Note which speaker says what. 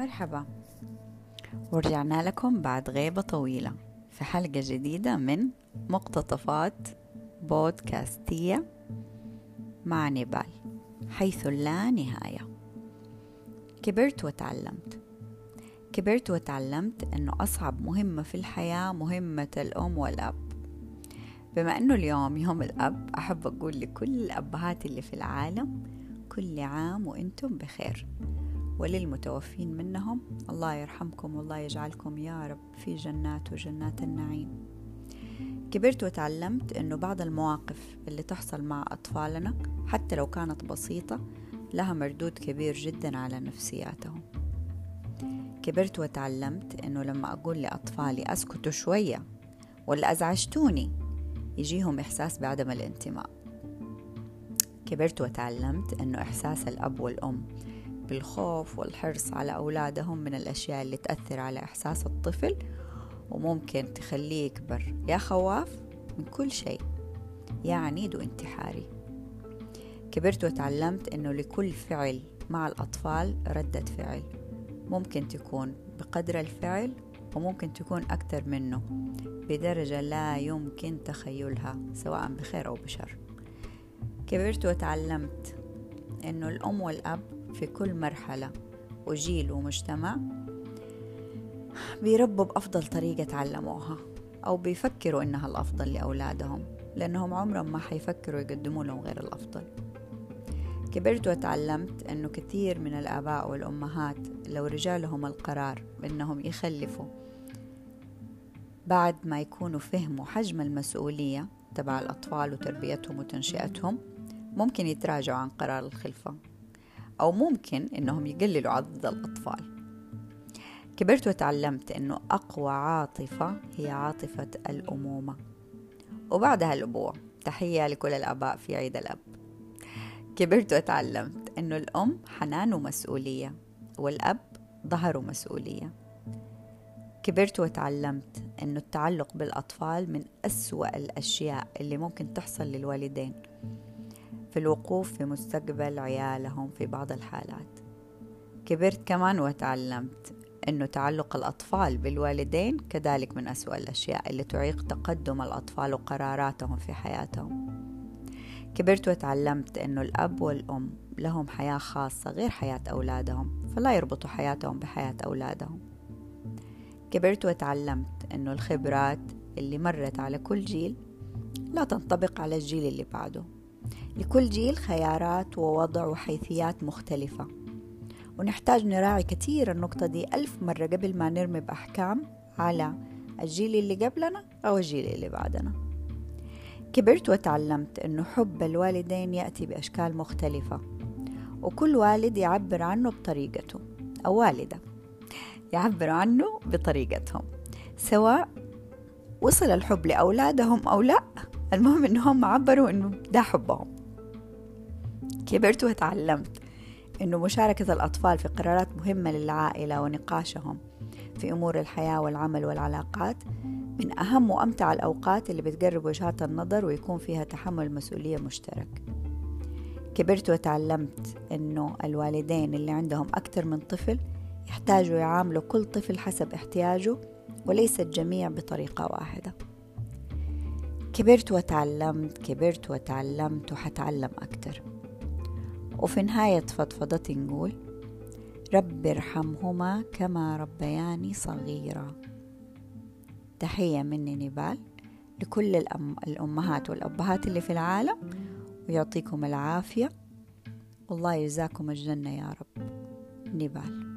Speaker 1: مرحبا، ورجعنا لكم بعد غيبة طويلة في حلقة جديدة من مقتطفات بودكاستية مع نيبال، حيث لا نهاية. كبرت وتعلمت أنه أصعب مهمة في الحياة مهمة الأم والأب. بما أنه اليوم يوم الأب، أحب أقول لكل الأبهات اللي في العالم كل عام وإنتم بخير، وللمتوفين منهم الله يرحمكم والله يجعلكم يا رب في جنات وجنات النعيم. كبرت وتعلمت أنه بعض المواقف اللي تحصل مع أطفالنا حتى لو كانت بسيطة لها مردود كبير جدا على نفسياتهم. كبرت وتعلمت أنه لما أقول لأطفالي أسكتوا شوية ولا أزعجتوني يجيهم إحساس بعدم الانتماء. كبرت وتعلمت أنه إحساس الأب والأم بالخوف والحرص على أولادهم من الأشياء اللي تأثر على إحساس الطفل وممكن تخليه يكبر يا خواف من كل شيء يا عنيد وانتحاري. كبرت وتعلمت أنه لكل فعل مع الأطفال ردة فعل، ممكن تكون بقدر الفعل وممكن تكون أكثر منه بدرجة لا يمكن تخيلها سواء بخير أو بشر. كبرت وتعلمت أنه الأم والأب في كل مرحلة وجيل ومجتمع بيربوا بأفضل طريقة تعلموها أو بيفكروا إنها الأفضل لأولادهم، لأنهم عمرهم ما حيفكروا يقدموا لهم غير الأفضل. كبرت وتعلمت أنه كثير من الآباء والأمهات لو رجالهم القرار بأنهم يخلفوا بعد ما يكونوا فهموا حجم المسؤولية تبع الأطفال وتربيتهم وتنشئتهم، ممكن يتراجعوا عن قرار الخلفة أو ممكن إنهم يقللوا عدد الأطفال. كبرت وتعلمت إنه أقوى عاطفة هي عاطفة الأمومة وبعدها الأبوة. تحية لكل الآباء في عيد الأب. كبرت وتعلمت إنه الأم حنان ومسؤولية والأب ظهر ومسؤولية. كبرت وتعلمت إنه التعلق بالأطفال من أسوأ الأشياء اللي ممكن تحصل للوالدين في الوقوف في مستقبل عيالهم في بعض الحالات. كبرت كمان وتعلمت أنه تعلق الأطفال بالوالدين كذلك من أسوأ الأشياء اللي تعيق تقدم الأطفال وقراراتهم في حياتهم. كبرت وتعلمت أنه الأب والأم لهم حياة خاصة غير حياة أولادهم، فلا يربطوا حياتهم بحياة أولادهم. كبرت وتعلمت أنه الخبرات اللي مرت على كل جيل لا تنطبق على الجيل اللي بعده. لكل جيل خيارات ووضع وحيثيات مختلفة، ونحتاج نراعي كثير النقطة دي 1000 مرة قبل ما نرمي بأحكام على الجيل اللي قبلنا أو الجيل اللي بعدنا. كبرت وتعلمت أنه حب الوالدين يأتي بأشكال مختلفة، وكل والد يعبر عنه بطريقته أو والدة يعبر عنه بطريقتهم، سواء وصل الحب لأولادهم أو لا، المهم أنهم عبروا أنه ده حبهم. كبرت وتعلمت أنه مشاركة الأطفال في قرارات مهمة للعائلة ونقاشهم في أمور الحياة والعمل والعلاقات من أهم وأمتع الأوقات اللي بتقرب وجهات النظر ويكون فيها تحمل مسؤولية مشترك. كبرت وتعلمت أنه الوالدين اللي عندهم أكثر من طفل يحتاجوا يعاملوا كل طفل حسب احتياجه وليس الجميع بطريقة واحدة. كبرت وتعلمت وحتعلم أكتر. وفي نهاية فضفضتي نقول رب ارحمهما كما ربياني صغيرا. تحية مني نيبال لكل الأمهات والأبهات اللي في العالم، ويعطيكم العافية والله يجزاكم الجنة يا رب. نيبال.